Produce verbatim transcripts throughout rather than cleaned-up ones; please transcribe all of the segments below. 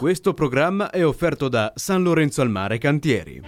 Questo programma è offerto da San Lorenzo al Mare Cantieri.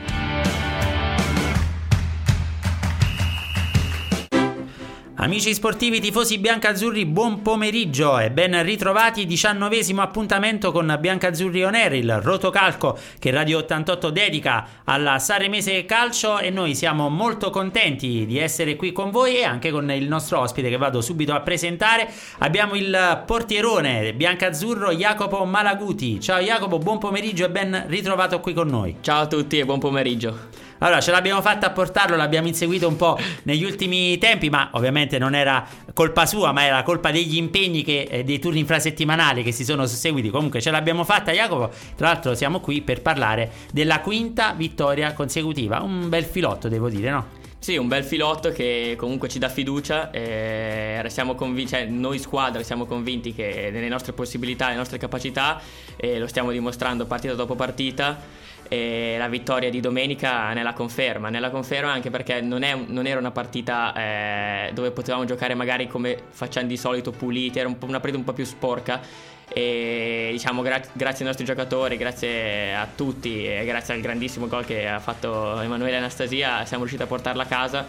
Amici sportivi, tifosi biancazzurri, buon pomeriggio e ben ritrovati. Diciannovesimo appuntamento con Biancazzurri On Air, il rotocalco che Radio ottantotto dedica alla Saremese Calcio, e noi siamo molto contenti di essere qui con voi e anche con il nostro ospite che vado subito a presentare. Abbiamo il portierone biancazzurro Jacopo Malaguti. Ciao Jacopo, buon pomeriggio e ben ritrovato qui con noi. Ciao a tutti e buon pomeriggio. Allora, ce l'abbiamo fatta a portarlo, l'abbiamo inseguito un po' negli ultimi tempi, ma ovviamente non era colpa sua, ma era colpa degli impegni che, eh, dei turni infrasettimanali che si sono susseguiti. Comunque ce l'abbiamo fatta, Jacopo. Tra l'altro siamo qui per parlare della quinta vittoria consecutiva. Un bel filotto, devo dire, no? Sì, un bel filotto che comunque ci dà fiducia, e siamo convinti, cioè noi squadra siamo convinti che nelle nostre possibilità, nelle nostre capacità, e lo stiamo dimostrando partita dopo partita. E la vittoria di domenica ne la conferma, ne la conferma anche perché non, è, non era una partita eh, dove potevamo giocare magari come facciamo di solito, puliti, era un po' una partita un po' più sporca. E diciamo gra- grazie ai nostri giocatori, grazie a tutti e grazie al grandissimo gol che ha fatto Emanuele Anastasia siamo riusciti a portarla a casa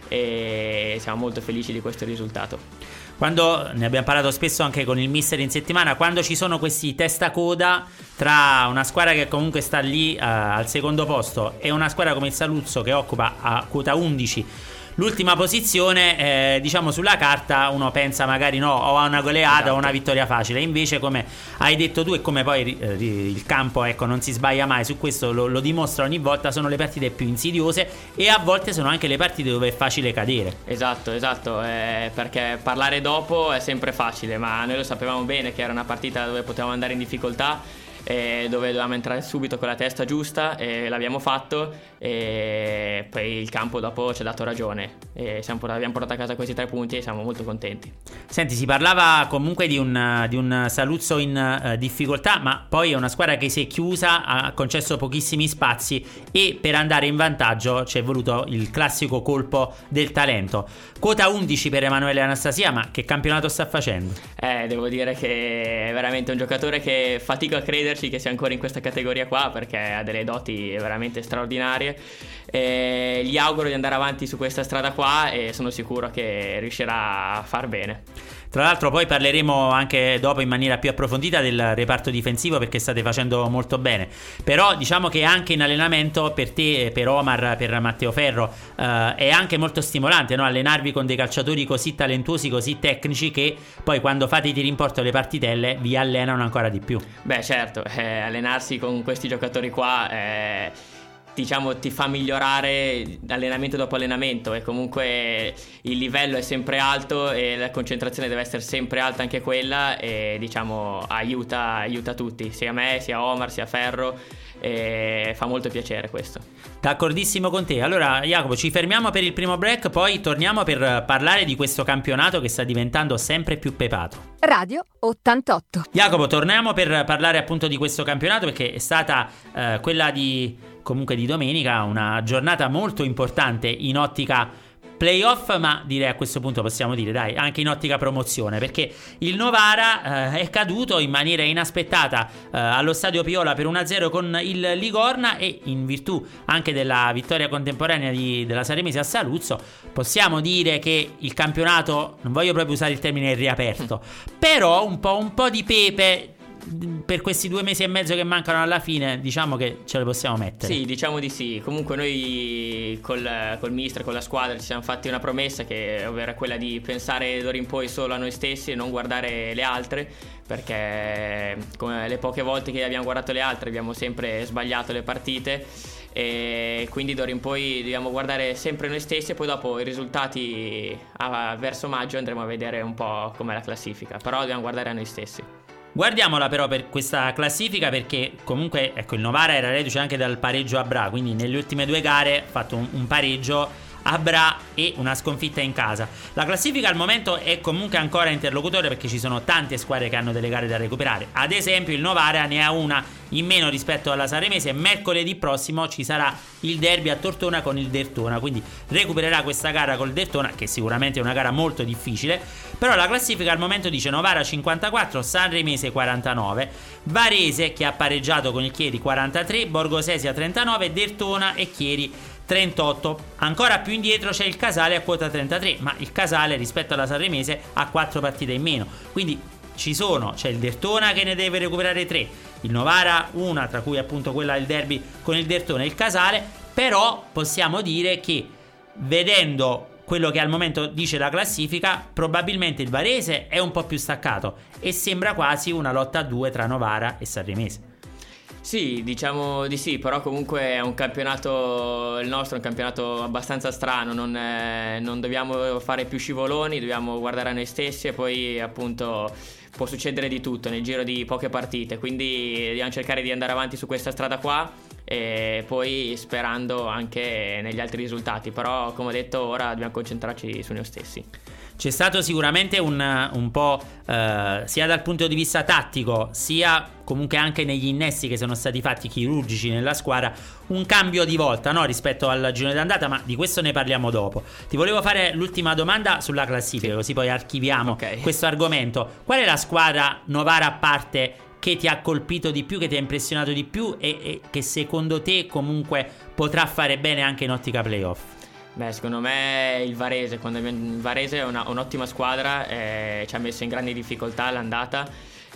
e siamo molto felici di questo risultato. Quando ne abbiamo parlato spesso anche con il mister in settimana, quando ci sono questi testacoda tra una squadra che comunque sta lì uh, al secondo posto e una squadra come il Saluzzo che occupa a quota undici l'ultima posizione, eh, diciamo sulla carta uno pensa magari no, o a una goleada, esatto, o a una vittoria facile. Invece, come hai detto tu e come poi eh, il campo, ecco, non si sbaglia mai, su questo lo, lo dimostra ogni volta, sono le partite più insidiose e a volte sono anche le partite dove è facile cadere. Esatto, esatto, eh, perché parlare dopo è sempre facile, ma noi lo sapevamo bene che era una partita dove potevamo andare in difficoltà, e dove dovevamo entrare subito con la testa giusta, e l'abbiamo fatto, e poi il campo dopo ci ha dato ragione e siamo, abbiamo portato a casa questi tre punti e siamo molto contenti. Senti, si parlava comunque di un, di un Saluzzo in uh, difficoltà, ma poi è una squadra che si è chiusa, ha concesso pochissimi spazi e per andare in vantaggio ci è voluto il classico colpo del talento. Quota undici per Emanuele Anastasia, ma che campionato sta facendo? Eh, devo dire che è veramente un giocatore che fatico a crederci che sia ancora in questa categoria qua, perché ha delle doti veramente straordinarie. E gli auguro di andare avanti su questa strada qua e sono sicuro che riuscirà a far bene. Tra l'altro poi parleremo anche dopo in maniera più approfondita del reparto difensivo, perché state facendo molto bene. Però diciamo che anche in allenamento per te, per Omar, per Matteo Ferro eh, è anche molto stimolante, no? Allenarvi con dei calciatori così talentuosi, così tecnici, che poi quando fate i tiri in porto e le partitelle vi allenano ancora di più. Beh certo, eh, allenarsi con questi giocatori qua eh... diciamo ti fa migliorare allenamento dopo allenamento, e comunque il livello è sempre alto e la concentrazione deve essere sempre alta anche quella, e diciamo aiuta, aiuta tutti, sia me, sia Omar, sia Ferro, e fa molto piacere questo. D'accordissimo con te. Allora Jacopo, ci fermiamo per il primo break, poi torniamo per parlare di questo campionato che sta diventando sempre più pepato. Radio ottantotto. Jacopo, torniamo per parlare appunto di questo campionato, perché è stata eh, quella di comunque di domenica una giornata molto importante in ottica playoff, ma direi a questo punto possiamo dire dai anche in ottica promozione, perché il Novara eh, è caduto in maniera inaspettata eh, allo Stadio Piola per uno a zero con il Ligorna, e in virtù anche della vittoria contemporanea di, della Saremese a Saluzzo possiamo dire che il campionato, non voglio proprio usare il termine riaperto, però un po', un po' di pepe per questi due mesi e mezzo che mancano alla fine, diciamo che ce le possiamo mettere. Sì, diciamo di sì. Comunque noi col, col mister, con la squadra ci siamo fatti una promessa, che ovvero quella di pensare d'ora in poi solo a noi stessi e non guardare le altre, perché come le poche volte che abbiamo guardato le altre abbiamo sempre sbagliato le partite, e quindi d'ora in poi dobbiamo guardare sempre noi stessi, e poi dopo i risultati a, verso maggio andremo a vedere un po' com'è la classifica, però dobbiamo guardare a noi stessi. Guardiamola però per questa classifica, perché comunque ecco il Novara era reduce anche dal pareggio a Bra, quindi nelle ultime due gare ha fatto un, un pareggio a Bra e una sconfitta in casa. La classifica al momento è comunque ancora interlocutore, perché ci sono tante squadre che hanno delle gare da recuperare. Ad esempio il Novara ne ha una in meno rispetto alla Sanremese. Mercoledì prossimo ci sarà il derby a Tortona con il Derthona, quindi recupererà questa gara col Derthona, che sicuramente è una gara molto difficile. Però la classifica al momento dice Novara cinquantaquattro, Sanremese quarantanove, Varese che ha pareggiato con il Chieri quarantatré, Borgosesia trentanove, Derthona e Chieri trentotto. Ancora più indietro c'è il Casale a quota trentatré, ma il Casale rispetto alla Sanremese ha quattro partite in meno, quindi ci sono, c'è il Derthona che ne deve recuperare tre, il Novara una, tra cui appunto quella del derby con il Derthona e il Casale. Però possiamo dire che, vedendo quello che al momento dice la classifica, probabilmente il Varese è un po' più staccato e sembra quasi una lotta a due tra Novara e Sanremese. Sì, diciamo di sì, però comunque è un campionato, il nostro è un campionato abbastanza strano, non, è, non dobbiamo fare più scivoloni, dobbiamo guardare a noi stessi e poi appunto può succedere di tutto nel giro di poche partite, quindi dobbiamo cercare di andare avanti su questa strada qua e poi sperando anche negli altri risultati, però come ho detto ora dobbiamo concentrarci su noi stessi. C'è stato sicuramente un, un po' eh, sia dal punto di vista tattico sia comunque anche negli innesti che sono stati fatti chirurgici nella squadra, un cambio di volta, no, rispetto al girone d'andata, ma di questo ne parliamo dopo. Ti volevo fare l'ultima domanda sulla classifica, così poi archiviamo okay. questo argomento. Qual è la squadra Novara a parte che ti ha colpito di più, che ti ha impressionato di più e, e che secondo te comunque potrà fare bene anche in ottica playoff? Beh, secondo me il Varese, quando il Varese è una, un'ottima squadra, eh, ci ha messo in grandi difficoltà l'andata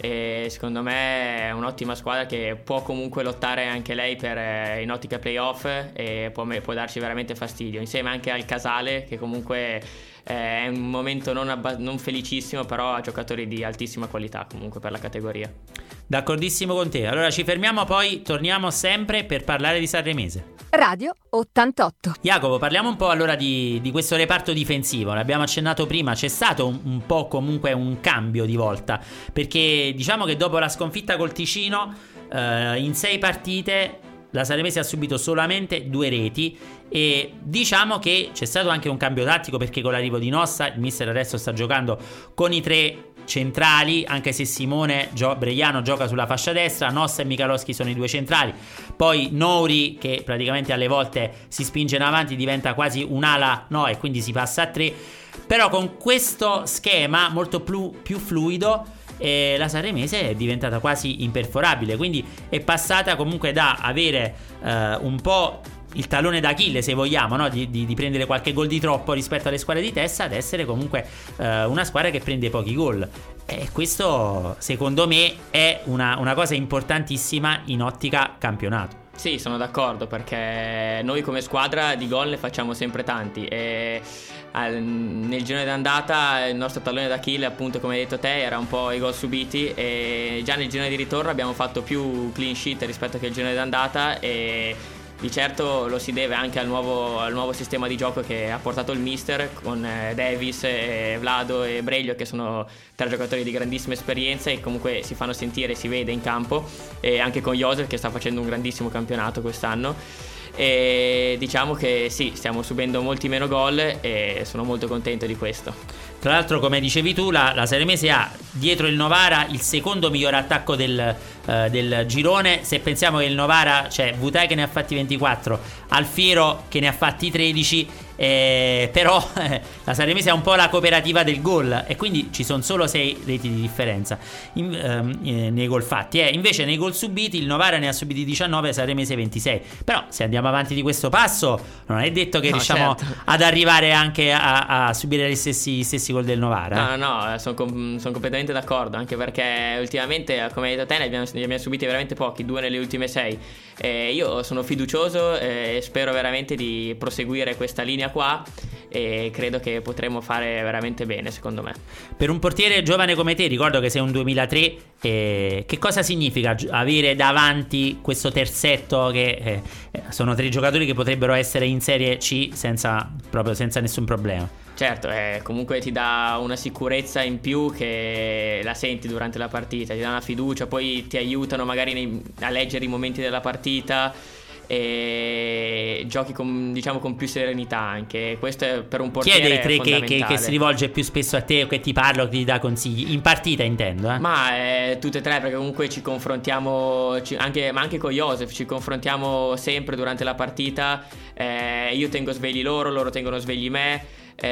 e secondo me è un'ottima squadra che può comunque lottare anche lei per, eh, in ottica playoff e può, può darci veramente fastidio, insieme anche al Casale che comunque eh, è un momento non, abba- non felicissimo, però ha giocatori di altissima qualità comunque per la categoria. D'accordissimo con te. Allora ci fermiamo, poi torniamo sempre per parlare di Sanremese. Radio ottantotto. Jacopo, parliamo un po' allora di, di questo reparto difensivo. L'abbiamo accennato prima, c'è stato un, un po' comunque un cambio di volta, perché diciamo che dopo la sconfitta col Ticino eh, in sei partite la Sanremese ha subito solamente due reti e diciamo che c'è stato anche un cambio tattico, perché con l'arrivo di Nossa il mister adesso sta giocando con i tre centrali, anche se Simone Gio- Bregliano gioca sulla fascia destra, Nossa e Michalowski sono i due centrali, poi Nouri che praticamente alle volte si spinge in avanti, diventa quasi un'ala no e quindi si passa a tre, però con questo schema molto più, più fluido eh, la Sanremese è diventata quasi imperforabile, quindi è passata comunque da avere eh, un po' il tallone d'Achille, se vogliamo, no? di, di, di prendere qualche gol di troppo rispetto alle squadre di testa, ad essere comunque eh, una squadra che prende pochi gol. E questo secondo me è una, una cosa importantissima in ottica campionato. Sì, sono d'accordo, perché noi come squadra di gol ne facciamo sempre tanti e nel girone d'andata il nostro tallone d'Achille, appunto come hai detto te, era un po' i gol subiti, e già nel girone di ritorno abbiamo fatto più clean sheet rispetto che il girone d'andata, e di certo lo si deve anche al nuovo, al nuovo sistema di gioco che ha portato il mister, con eh, Davis, eh, Vlado e Breglio, che sono tre giocatori di grandissima esperienza e comunque si fanno sentire, si vede in campo, e anche con Josef che sta facendo un grandissimo campionato quest'anno. E diciamo che sì, stiamo subendo molti meno gol e sono molto contento di questo. Tra l'altro, come dicevi tu, la, la Sanremese ha dietro il Novara il secondo miglior attacco del, uh, del girone. Se pensiamo che il Novara, cioè Vutai che ne ha fatti ventiquattro, Alfiero che ne ha fatti tredici, eh, però eh, la Sanremese è un po' la cooperativa del gol e quindi ci sono solo sei reti di differenza in, ehm, eh, nei gol fatti. Eh. Invece nei gol subiti il Novara ne ha subiti diciannove, la Sanremese ventisei. Però se andiamo avanti di questo passo non è detto che no, riusciamo certo. ad arrivare anche a, a subire gli stessi, gli stessi gol del Novara. No, no, no, sono, com- sono completamente d'accordo, anche perché ultimamente, come hai detto te, ne abbiamo, ne abbiamo subiti veramente pochi, due nelle ultime sei. Eh, io sono fiducioso e spero veramente di proseguire questa linea qua e credo che potremo fare veramente bene, secondo me. Per un portiere giovane come te, ricordo che sei un duemilatré, eh, che cosa significa avere davanti questo terzetto che eh, sono tre giocatori che potrebbero essere in Serie C senza, proprio senza nessun problema? Certo, eh, comunque ti dà una sicurezza in più che la senti durante la partita, ti dà una fiducia, poi ti aiutano magari nei, a leggere i momenti della partita e giochi con, diciamo, con più serenità anche. Questo è per un Chi portiere è dei tre che, che, fondamentale. che si rivolge più spesso a te o che ti parla o che ti dà consigli? In partita intendo, eh? Ma eh, tutte e tre, perché comunque ci confrontiamo ci, anche, ma anche con Josef ci confrontiamo sempre durante la partita. eh, Io tengo svegli loro, loro tengono svegli me.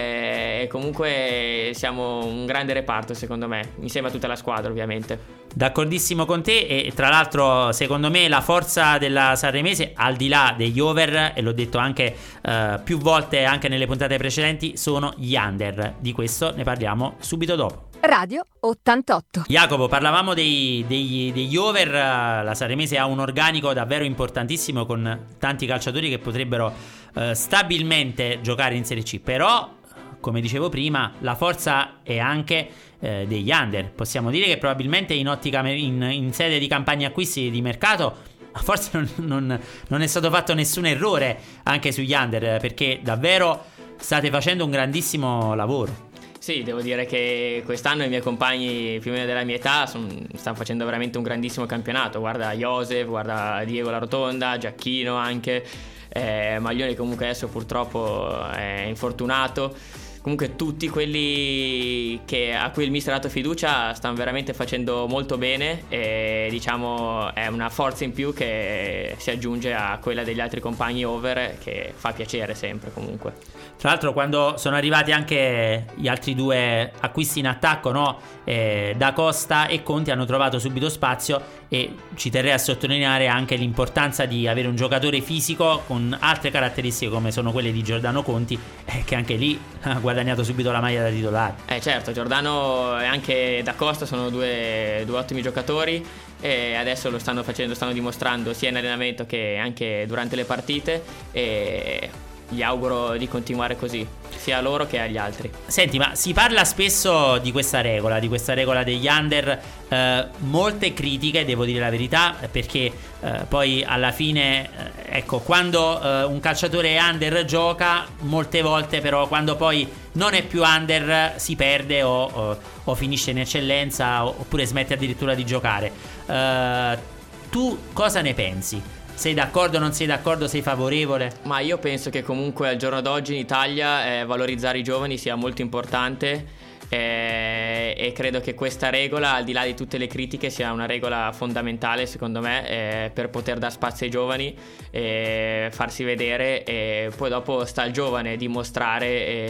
E comunque siamo un grande reparto, secondo me, insieme a tutta la squadra, ovviamente. D'accordissimo con te. E tra l'altro secondo me la forza della Sanremese, al di là degli over, e l'ho detto anche eh, più volte anche nelle puntate precedenti, sono gli under. Di questo ne parliamo subito dopo. Radio ottantotto. Jacopo, parlavamo dei, dei, degli over. La Sanremese ha un organico davvero importantissimo, con tanti calciatori che potrebbero eh, stabilmente giocare in Serie C. Però, come dicevo prima, la forza è anche eh, degli under. Possiamo dire che probabilmente in ottica in, in sede di campagna acquisti di mercato forse non, non, non è stato fatto nessun errore anche sugli under, perché davvero state facendo un grandissimo lavoro. Sì, devo dire che quest'anno i miei compagni più o meno della mia età son, stanno facendo veramente un grandissimo campionato. Guarda Josef, guarda Diego La Rotonda, Giacchino anche, eh, Maglione comunque adesso purtroppo è infortunato. Comunque tutti quelli che, a cui il mister ha dato fiducia stanno veramente facendo molto bene, e diciamo è una forza in più che si aggiunge a quella degli altri compagni over, che fa piacere sempre comunque. Tra l'altro, quando sono arrivati anche gli altri due acquisti in attacco, no? eh, Da Costa e Conti, hanno trovato subito spazio, e ci terrei a sottolineare anche l'importanza di avere un giocatore fisico con altre caratteristiche come sono quelle di Giordano Conti, eh, che anche lì ha guadagnato subito la maglia da titolare. Eh certo, Giordano e anche Da Costa sono due, due ottimi giocatori, e adesso lo stanno facendo, stanno dimostrando sia in allenamento che anche durante le partite, e gli auguro di continuare così, sia a loro che agli altri. Senti, ma si parla spesso di questa regola, di questa regola degli under, eh, molte critiche, devo dire la verità, perché eh, poi alla fine, eh, ecco, quando eh, un calciatore under gioca, molte volte però quando poi non è più under si perde o, o, o finisce in eccellenza, o, oppure smette addirittura di giocare. Eh, tu cosa ne pensi? Sei d'accordo, non sei d'accordo, sei favorevole? Ma io penso che comunque al giorno d'oggi in Italia eh, valorizzare i giovani sia molto importante, eh, e credo che questa regola, al di là di tutte le critiche, sia una regola fondamentale secondo me, eh, per poter dare spazio ai giovani, eh, farsi vedere, e poi dopo sta al giovane dimostrare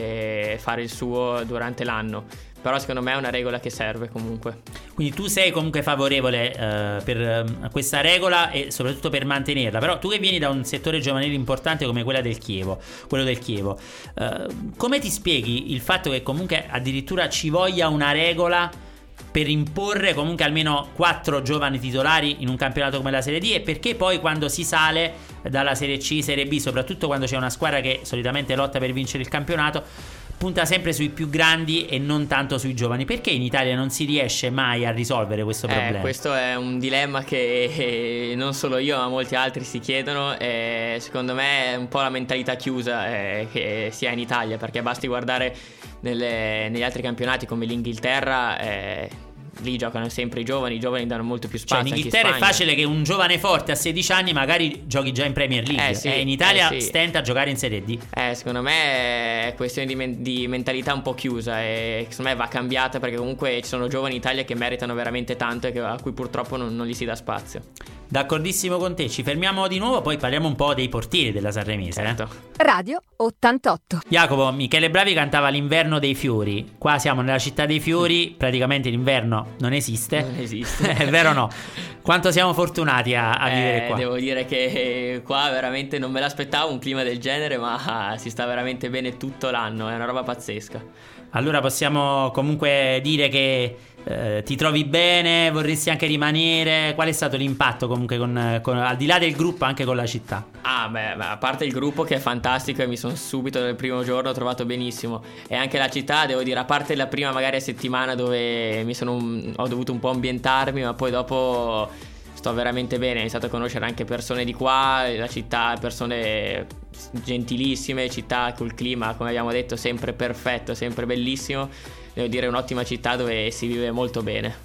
e fare il suo durante l'anno. Però secondo me è una regola che serve comunque. Quindi tu sei comunque favorevole eh, per eh, questa regola, e soprattutto per mantenerla. Però tu che vieni da un settore giovanile importante come quella del Chievo, quello del Chievo, eh, come ti spieghi il fatto che comunque addirittura ci voglia una regola per imporre comunque almeno quattro giovani titolari in un campionato come la Serie D, e perché poi quando si sale dalla Serie C, Serie B, soprattutto quando c'è una squadra che solitamente lotta per vincere il campionato, punta sempre sui più grandi e non tanto sui giovani? Perché in Italia non si riesce mai a risolvere questo problema? Eh, questo è un dilemma che eh, non solo io ma molti altri si chiedono, e secondo me è un po' la mentalità chiusa eh, che si ha in Italia, perché basti guardare nelle, negli altri campionati come l'Inghilterra, eh, lì giocano sempre i giovani, i giovani danno molto più spazio. Cioè in anche Inghilterra in è facile che un giovane forte a sedici anni magari giochi già in Premier League, Eh sì, e in Italia eh sì. stenta a giocare in Serie D. Eh, secondo me è questione di, men- di mentalità un po' chiusa, e secondo me va cambiata, perché comunque ci sono giovani in Italia che meritano veramente tanto e che, a cui purtroppo non, non gli si dà spazio. D'accordissimo con te, ci fermiamo di nuovo, poi parliamo un po' dei portieri della Sanremese. Certo. eh. Radio ottantotto. Jacopo, Michele Bravi cantava L'inverno dei fiori. Qua siamo nella città dei fiori, praticamente l'inverno non esiste. Non esiste. È vero o no? Quanto siamo fortunati a, a vivere Eh, qua. Devo dire che qua veramente non me l'aspettavo un clima del genere, ma si sta veramente bene tutto l'anno, è una roba pazzesca. Allora possiamo comunque dire che eh, ti trovi bene, vorresti anche rimanere. Qual è stato l'impatto comunque con, con, al di là del gruppo, anche con la città? Ah beh, beh, a parte il gruppo che è fantastico e mi sono subito dal primo giorno trovato benissimo, e anche la città, devo dire, a parte la prima magari settimana dove mi sono ho dovuto un po' ambientarmi, ma poi dopo sto veramente bene. Ho iniziato a conoscere anche persone di qua, la città, persone gentilissime, città col clima, come abbiamo detto, sempre perfetto, sempre bellissimo. Devo dire, è un'ottima città dove si vive molto bene.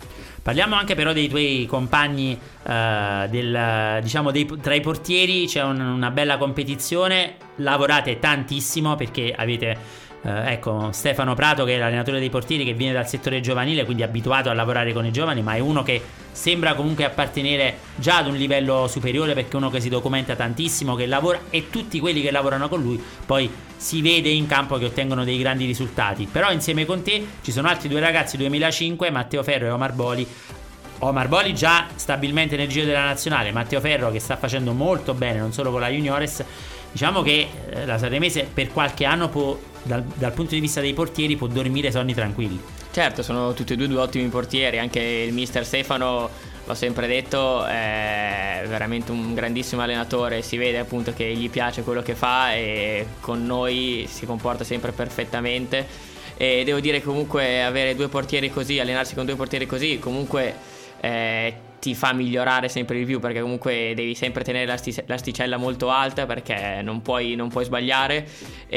Parliamo anche però dei tuoi compagni, eh, del, diciamo dei, tra i portieri c'è un, una bella competizione, lavorate tantissimo perché avete eh, ecco Stefano Prato, che è l'allenatore dei portieri, che viene dal settore giovanile, quindi abituato a lavorare con i giovani, ma è uno che sembra comunque appartenere già ad un livello superiore, perché è uno che si documenta tantissimo, che lavora, e tutti quelli che lavorano con lui poi si vede in campo che ottengono dei grandi risultati. Però insieme con te ci sono altri due ragazzi duemilacinque, Matteo Ferro e Omar Boli. Omar Boli già stabilmente nel giro della nazionale, Matteo Ferro che sta facendo molto bene non solo con la Juniores. Diciamo che eh, la Sanremese per qualche anno può, dal, dal punto di vista dei portieri, può dormire sonni tranquilli. Certo, sono tutti e due due ottimi portieri. Anche il mister Stefano, l'ho sempre detto, è veramente un grandissimo allenatore. Si vede appunto che gli piace quello che fa e con noi si comporta sempre perfettamente. E devo dire che comunque avere due portieri così, allenarsi con due portieri così, comunque eh, ti fa migliorare sempre di più, perché comunque devi sempre tenere l'astic- l'asticella molto alta, perché non puoi, non puoi sbagliare,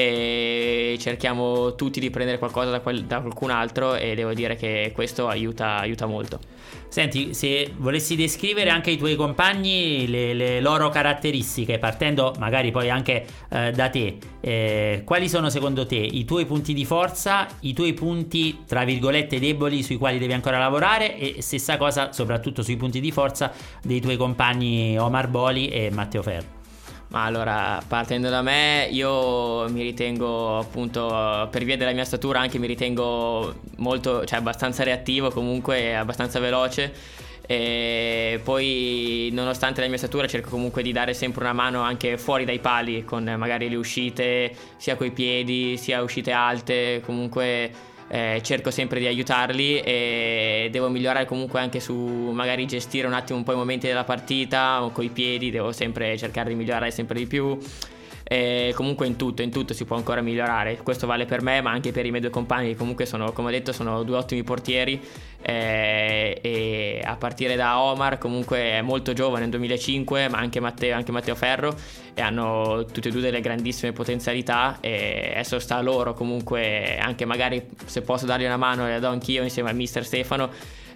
e cerchiamo tutti di prendere qualcosa da, quel, da qualcun altro, e devo dire che questo aiuta, aiuta molto. Senti, se volessi descrivere anche i tuoi compagni, le, le loro caratteristiche, partendo magari poi anche eh, da te, eh, quali sono secondo te i tuoi punti di forza, i tuoi punti tra virgolette deboli sui quali devi ancora lavorare, e stessa cosa soprattutto sui punti di forza dei tuoi compagni Omar Boli e Matteo Ferro? Ma allora, partendo da me, io mi ritengo, appunto, per via della mia statura, anche mi ritengo molto, cioè abbastanza reattivo, comunque abbastanza veloce. E poi, nonostante la mia statura, cerco comunque di dare sempre una mano anche fuori dai pali, con magari le uscite sia coi piedi sia uscite alte. Comunque eh, cerco sempre di aiutarli, e devo migliorare comunque anche su magari gestire un attimo un po' i momenti della partita, o coi piedi devo sempre cercare di migliorare sempre di più. E comunque in tutto, in tutto si può ancora migliorare. Questo vale per me, ma anche per i miei due compagni, che comunque sono, come ho detto, sono due ottimi portieri. Eh, e a partire da Omar, comunque è molto giovane, nel duemilacinque, ma anche Matteo, anche Matteo Ferro, e hanno tutti e due delle grandissime potenzialità, e adesso sta a loro comunque, anche magari se posso dargli una mano la do anch'io insieme al mister Stefano.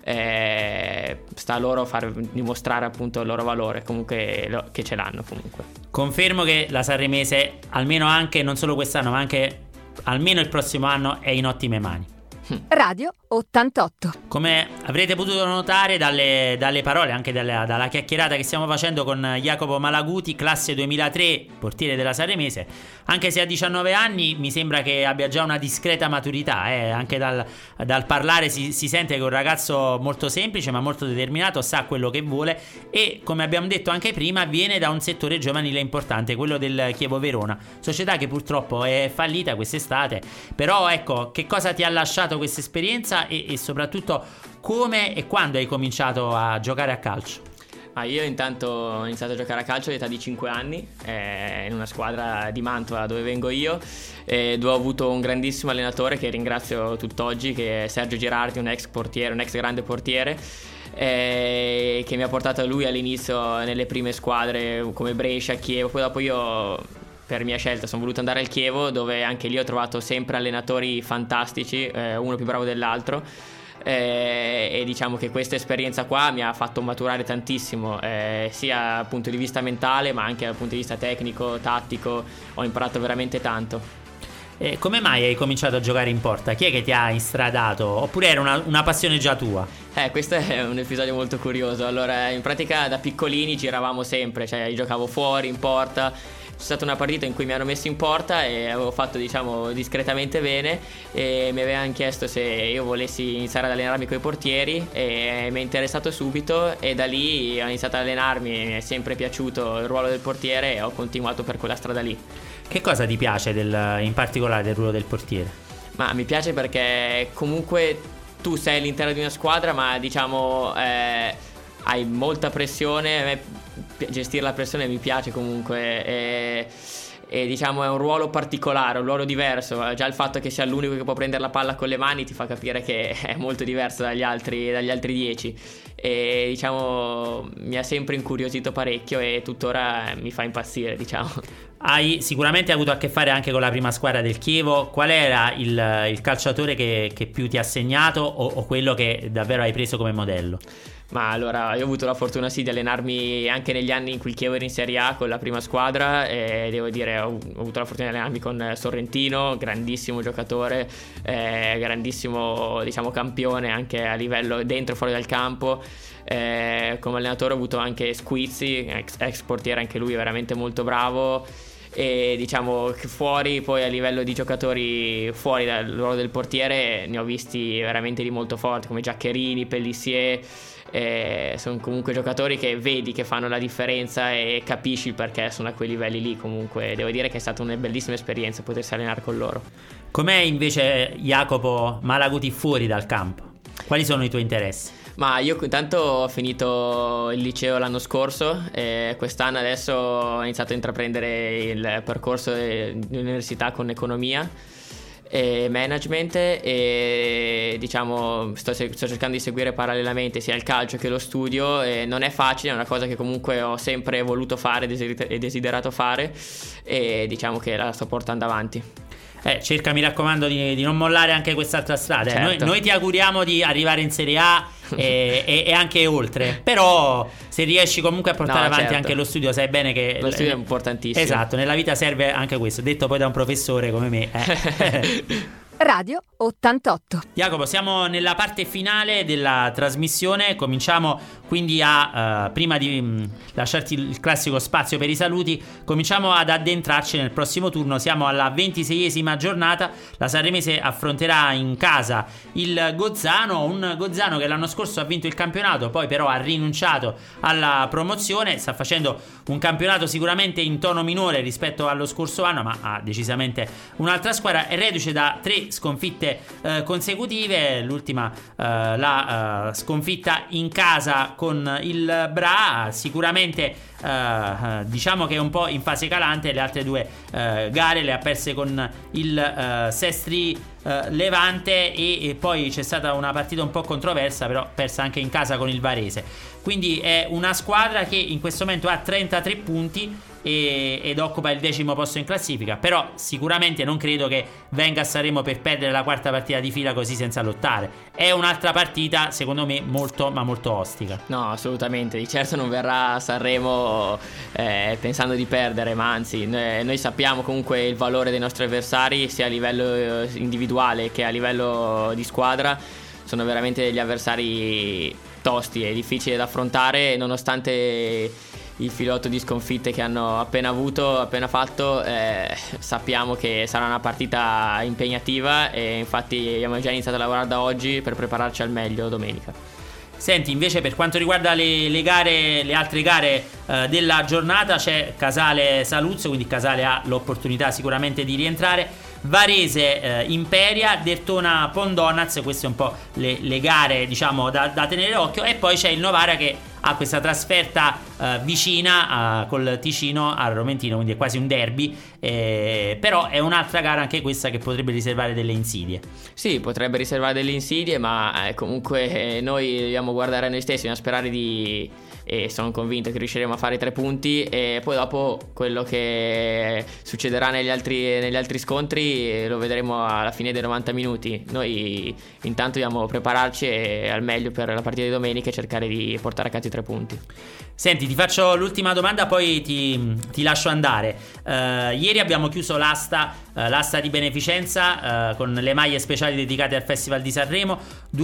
Eh, sta a loro far dimostrare appunto il loro valore, comunque lo, che ce l'hanno comunque. Confermo che la Sanremese, almeno anche non solo quest'anno ma anche almeno il prossimo anno, è in ottime mani. Radio ottantotto. Come avrete potuto notare dalle, dalle parole, anche dalla, dalla chiacchierata che stiamo facendo con Jacopo Malaguti, classe duemilatré, portiere della Sanremese, anche se a diciannove anni mi sembra che abbia già una discreta maturità, eh. Anche dal, dal parlare si, si sente che è un ragazzo molto semplice ma molto determinato, sa quello che vuole, e come abbiamo detto anche prima viene da un settore giovanile importante, quello del Chievo Verona, società che purtroppo è fallita quest'estate. Però ecco, che cosa ti ha lasciato questa esperienza, e, e soprattutto come e quando hai cominciato a giocare a calcio? Ah, io intanto ho iniziato a giocare a calcio all'età di cinque anni, eh, in una squadra di Mantova dove vengo io, eh, dove ho avuto un grandissimo allenatore che ringrazio tutt'oggi, che è Sergio Girardi, un ex portiere, un ex grande portiere, eh, che mi ha portato lui all'inizio nelle prime squadre come Brescia, Chievo. Poi dopo io, per mia scelta, sono voluto andare al Chievo, dove anche lì ho trovato sempre allenatori fantastici, eh, uno più bravo dell'altro. Eh, e diciamo che questa esperienza qua mi ha fatto maturare tantissimo, eh, sia dal punto di vista mentale ma anche dal punto di vista tecnico, tattico. Ho imparato veramente tanto. E come mai hai cominciato a giocare in porta? Chi è che ti ha instradato? Oppure era una, una passione già tua? Eh, questo è un episodio molto curioso. Allora, in pratica da piccolini giravamo sempre, cioè io giocavo fuori, in porta. C'è stata una partita in cui mi hanno messo in porta e avevo fatto, diciamo, discretamente bene, e mi avevano chiesto se io volessi iniziare ad allenarmi con i portieri, e mi è interessato subito, e da lì ho iniziato ad allenarmi. Mi è sempre piaciuto il ruolo del portiere e ho continuato per quella strada lì. Che cosa ti piace del, in particolare del ruolo del portiere? Ma mi piace perché comunque tu sei all'interno di una squadra, ma diciamo eh, hai molta pressione. A me gestire la pressione mi piace comunque, e, e diciamo è un ruolo particolare, un ruolo diverso. Già il fatto che sia l'unico che può prendere la palla con le mani ti fa capire che è molto diverso dagli altri, dagli altri dieci, e diciamo mi ha sempre incuriosito parecchio, e tuttora mi fa impazzire, diciamo. Hai sicuramente avuto a che fare anche con la prima squadra del Chievo. Qual era il, il calciatore che, che più ti ha segnato o, o quello che davvero hai preso come modello? Ma allora, io ho avuto la fortuna sì di allenarmi anche negli anni in cui il Chievo era in Serie A con la prima squadra, e devo dire ho, ho avuto la fortuna di allenarmi con Sorrentino, grandissimo giocatore, eh, grandissimo diciamo campione anche a livello dentro e fuori dal campo. Eh, come allenatore ho avuto anche Squizzi, ex, ex portiere, anche lui veramente molto bravo. E diciamo che fuori, poi a livello di giocatori fuori dal ruolo del portiere, ne ho visti veramente di molto forti come Giaccherini, Pellissier. Eh, sono comunque giocatori che vedi che fanno la differenza e capisci il perché sono a quei livelli lì. Comunque devo dire che è stata una bellissima esperienza potersi allenare con loro. Com'è invece, Jacopo Malaguti, fuori dal campo? Quali sono i tuoi interessi? Ma io intanto ho finito il liceo l'anno scorso e quest'anno adesso ho iniziato a intraprendere il percorso di università con economia e management, e diciamo sto, sto cercando di seguire parallelamente sia il calcio che lo studio, e non è facile, è una cosa che comunque ho sempre voluto fare e desiderato fare, e diciamo che la sto portando avanti. Eh, cerca, mi raccomando, di, di non mollare anche quest'altra strada. Certo. Noi, noi ti auguriamo di arrivare in Serie A e, e, e anche oltre. Però se riesci comunque a portare no, avanti certo. anche lo studio, sai bene che lo studio è importantissimo. Esatto, nella vita serve anche questo, detto poi da un professore come me. eh. Radio ottantotto. Jacopo, siamo nella parte finale della trasmissione. Cominciamo quindi a, uh, prima di um, lasciarti il classico spazio per i saluti, cominciamo ad addentrarci nel prossimo turno. Siamo alla ventiseiesima giornata. La Sanremese affronterà in casa il Gozzano, un Gozzano che l'anno scorso ha vinto il campionato, poi però ha rinunciato alla promozione. Sta facendo un campionato sicuramente in tono minore rispetto allo scorso anno, ma ha decisamente un'altra squadra. È reduce da tre sconfitte eh, consecutive, l'ultima eh, la eh, sconfitta in casa con il Bra. Sicuramente eh, diciamo che è un po' in fase calante. Le altre due eh, gare le ha perse con il eh, Sestri eh, Levante, e, e poi c'è stata una partita un po' controversa, però persa anche in casa con il Varese. Quindi è una squadra che in questo momento ha trentatré punti e, ed occupa il decimo posto in classifica. Però sicuramente non credo che venga a Sanremo per perdere la quarta partita di fila così senza lottare. È un'altra partita secondo me molto ma molto ostica. No, assolutamente, di certo non verrà a Sanremo eh, pensando di perdere, ma anzi noi, noi sappiamo comunque il valore dei nostri avversari sia a livello individuale che a livello di squadra. Sono veramente degli avversari tosti e difficili da affrontare, nonostante il filotto di sconfitte che hanno appena avuto, appena fatto, eh, sappiamo che sarà una partita impegnativa, e infatti abbiamo già iniziato a lavorare da oggi per prepararci al meglio domenica. Senti, invece per quanto riguarda le, le gare, le altre gare eh, della giornata, c'è Casale Saluzzo, quindi Casale ha l'opportunità sicuramente di rientrare. Varese eh, Imperia, Dertona Pondonaz, queste un po' le, le gare diciamo da, da tenere occhio. E poi c'è il Novara che ha questa trasferta eh, vicina eh, col Ticino al Romentino, quindi è quasi un derby, eh, però è un'altra gara anche questa che potrebbe riservare delle insidie. Sì, potrebbe riservare delle insidie, ma eh, comunque eh, noi dobbiamo guardare a noi stessi, dobbiamo sperare di... e sono convinto che riusciremo a fare i tre punti, e poi dopo quello che succederà negli altri, negli altri scontri lo vedremo alla fine dei novanta minuti. Noi intanto dobbiamo prepararci e, al meglio per la partita di domenica e cercare di portare a casa i tre punti. Senti, ti faccio l'ultima domanda, poi ti, ti lascio andare. Uh, ieri abbiamo chiuso l'asta, uh, l'asta di beneficenza uh, con le maglie speciali dedicate al Festival di Sanremo,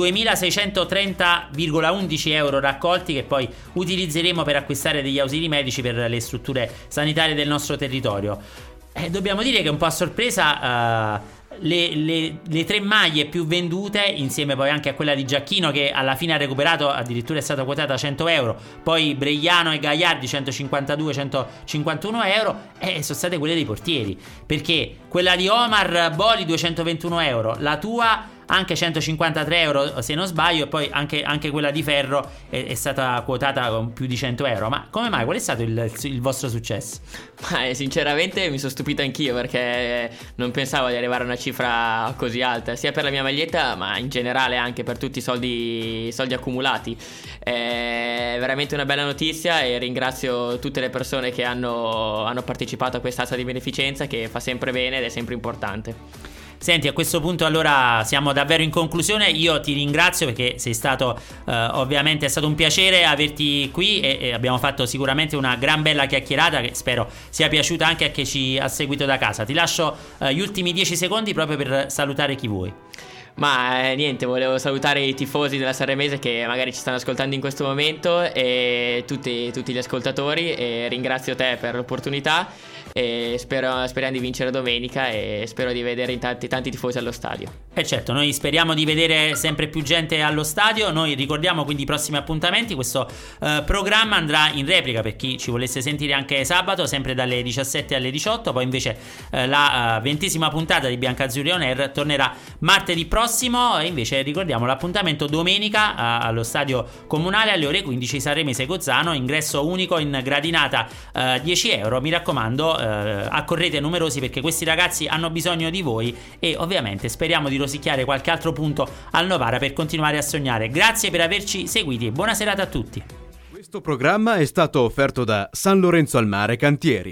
duemilaseicentotrenta virgola undici euro raccolti, che poi utilizzeremo per acquistare degli ausili medici per le strutture sanitarie del nostro territorio. Eh, dobbiamo dire che un po' a sorpresa uh, le, le, le tre maglie più vendute, insieme poi anche a quella di Giacchino che alla fine ha recuperato, addirittura è stata quotata a cento euro, poi Bregliano e Gagliardi centocinquantadue centocinquantuno euro, e eh, sono state quelle dei portieri, perché quella di Omar Boli duecentoventuno euro, la tua anche centocinquantatré euro se non sbaglio, e poi anche, anche quella di ferro è, è stata quotata con più di cento euro. Ma come mai? Qual è stato il, il vostro successo? Ma, sinceramente mi sono stupito anch'io, perché non pensavo di arrivare a una cifra così alta, sia per la mia maglietta ma in generale anche per tutti i soldi, soldi accumulati. È veramente una bella notizia e ringrazio tutte le persone che hanno, hanno partecipato a quest'asta di beneficenza, che fa sempre bene ed è sempre importante. Senti, a questo punto allora siamo davvero in conclusione. Io ti ringrazio perché sei stato eh, ovviamente è stato un piacere averti qui e, e abbiamo fatto sicuramente una gran bella chiacchierata che spero sia piaciuta anche a chi ci ha seguito da casa. Ti lascio eh, gli ultimi dieci secondi proprio per salutare chi vuoi. Ma eh, niente, volevo salutare i tifosi della Sanremese che magari ci stanno ascoltando in questo momento e tutti, tutti gli ascoltatori, e ringrazio te per l'opportunità e spero, speriamo di vincere domenica e spero di vedere in tanti, tanti tifosi allo stadio. E certo, noi speriamo di vedere sempre più gente allo stadio. Noi ricordiamo quindi i prossimi appuntamenti. Questo eh, programma andrà in replica per chi ci volesse sentire anche sabato, sempre dalle diciassette alle diciotto. Poi invece eh, la uh, ventesima puntata di Biancazzurri On Air tornerà martedì prossimo. E invece ricordiamo l'appuntamento domenica uh, allo stadio comunale alle ore quindici, Sanremese Gozzano, ingresso unico in gradinata uh, dieci euro. Mi raccomando, uh, accorrete numerosi perché questi ragazzi hanno bisogno di voi e ovviamente speriamo di rosicchiare qualche altro punto al Novara per continuare a sognare. Grazie per averci seguiti e buona serata a tutti. Questo programma è stato offerto da San Lorenzo al Mare Cantieri.